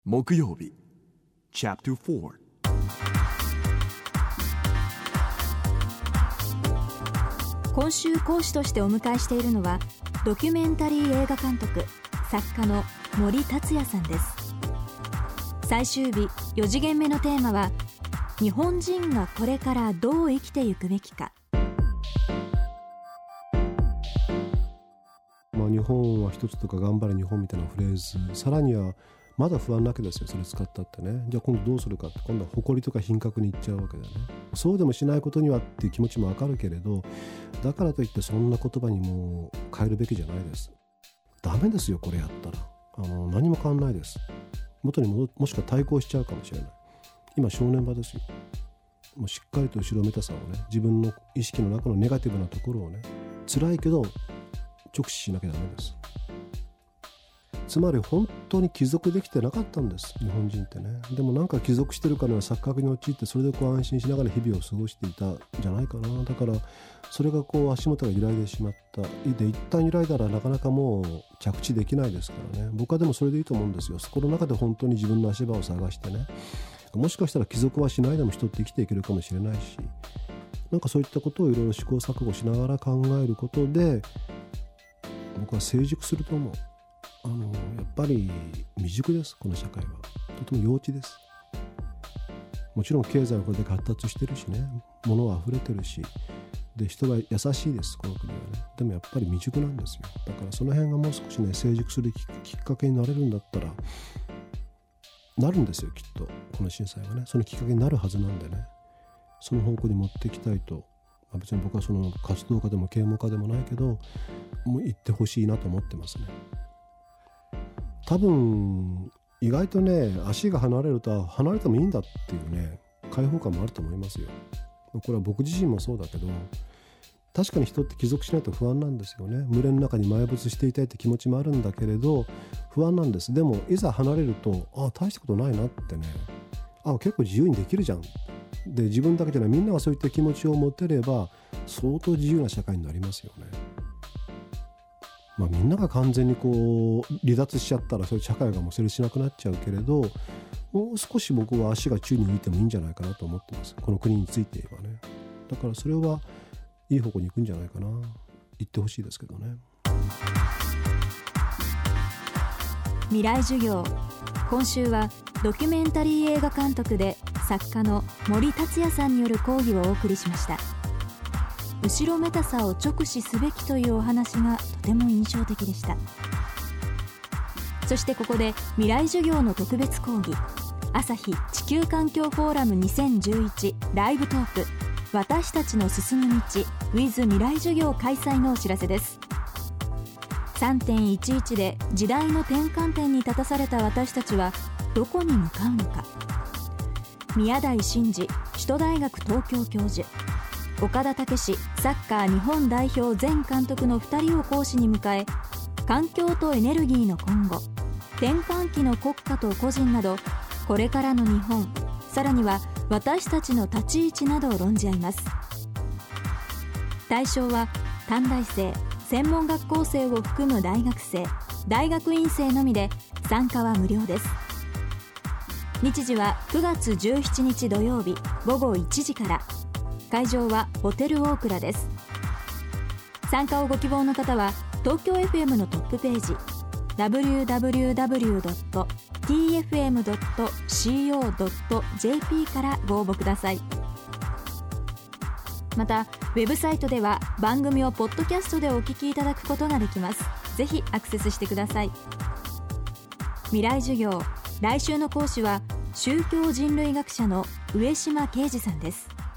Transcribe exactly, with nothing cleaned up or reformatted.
木曜日 チャプターフォー。 今週講師としてお迎えしているのはドキュメンタリー映画監督作家の森達也さんです。最終日よ次元目のテーマは日本人がこれからどう生きていくべきか。 まあ、日本は一つとか頑張れ日本みたいなフレーズ、さらにはまだ不安なわけですよ。それ使ったってね。じゃあ今度どうするかって、今度は誇りとか品格にいっちゃうわけだよね。そうでもしないことにはっていう気持ちもわかるけれど、だからといってそんな言葉にもう変えるべきじゃないです。ダメですよ、これやったら。あの何も変わんないです。元に戻もしくは対抗しちゃうかもしれない。今正念場ですよ。もうしっかりと後ろめたさをね、自分の意識の中のネガティブなところをね、辛いけど直視しなきゃダメです。つまり本当に帰属できてなかったんです、日本人ってね。でもなんか帰属してるかのような錯覚に陥って、それでこう安心しながら日々を過ごしていたんじゃないかな。だからそれがこう足元が揺らいでしまった。で一旦揺らいだらなかなかもう着地できないですからね。僕はでもそれでいいと思うんですよ。そこの中で本当に自分の足場を探してね、もしかしたら帰属はしないでも人って生きていけるかもしれないし、なんかそういったことをいろいろ試行錯誤しながら考えることで僕は成熟すると思う。あのやっぱり未熟です、この社会は。とても幼稚です。もちろん経済はこれで発達してるしね、物は溢れてるし、で人は優しいです、この国はね。でもやっぱり未熟なんですよ。だからその辺がもう少しね、成熟するきっかけになれるんだったらなるんですよ、きっと。この震災はね、そのきっかけになるはずなんでね、その方向に持っていきたいと、まあ、別に僕はその活動家でも啓蒙家でもないけど、もう言ってほしいなと思ってますね。多分意外とね、足が離れると離れてもいいんだっていうね、解放感もあると思いますよ。これは僕自身もそうだけど、確かに人って帰属しないと不安なんですよね。群れの中に埋没していたいって気持ちもあるんだけれど不安なんです。でもいざ離れると、あ大したことないなってね、あ結構自由にできるじゃん。で自分だけじゃないみんながそういった気持ちを持てれば相当自由な社会になりますよね。まあ、みんなが完全にこう離脱しちゃったらそういう社会がもう成立しなくなっちゃうけれど、もう少し僕は足が宙に浮いてもいいんじゃないかなと思ってます、この国について言えばね。だからそれはいい方向に行くんじゃないかな、言ってほしいですけどね。 未来授業、今週はドキュメンタリー映画監督で作家の森達也さんによる講義をお送りしました。後ろめたさを直視すべきというお話がとても印象的でした。そしてここで未来授業の特別講義、朝日地球環境フォーラムにせんじゅういちライブトーク、私たちの進む道 with 未来授業開催のお知らせです。 さんてんいちいち で時代の転換点に立たされた私たちはどこに向かうのか。宮台真司首都大学東京教授、岡田武史サッカー日本代表前監督のふたりを講師に迎え、環境とエネルギーの今後、転換期の国家と個人など、これからの日本、さらには私たちの立ち位置などを論じ合います。対象は短大生、専門学校生を含む大学生、大学院生のみで参加は無料です。日時はくがつじゅうしちにち土曜日ごごいちじから。会場はホテルオークラです。参加をご希望の方は東京 エフエム のトップページ ダブリューダブリューダブリュードットティーエフエムドットシーオードットジェーピー からご応募ください。またウェブサイトでは番組をポッドキャストでお聞きいただくことができます。ぜひアクセスしてください。未来授業、来週の講師は宗教人類学者の上島啓二さんです。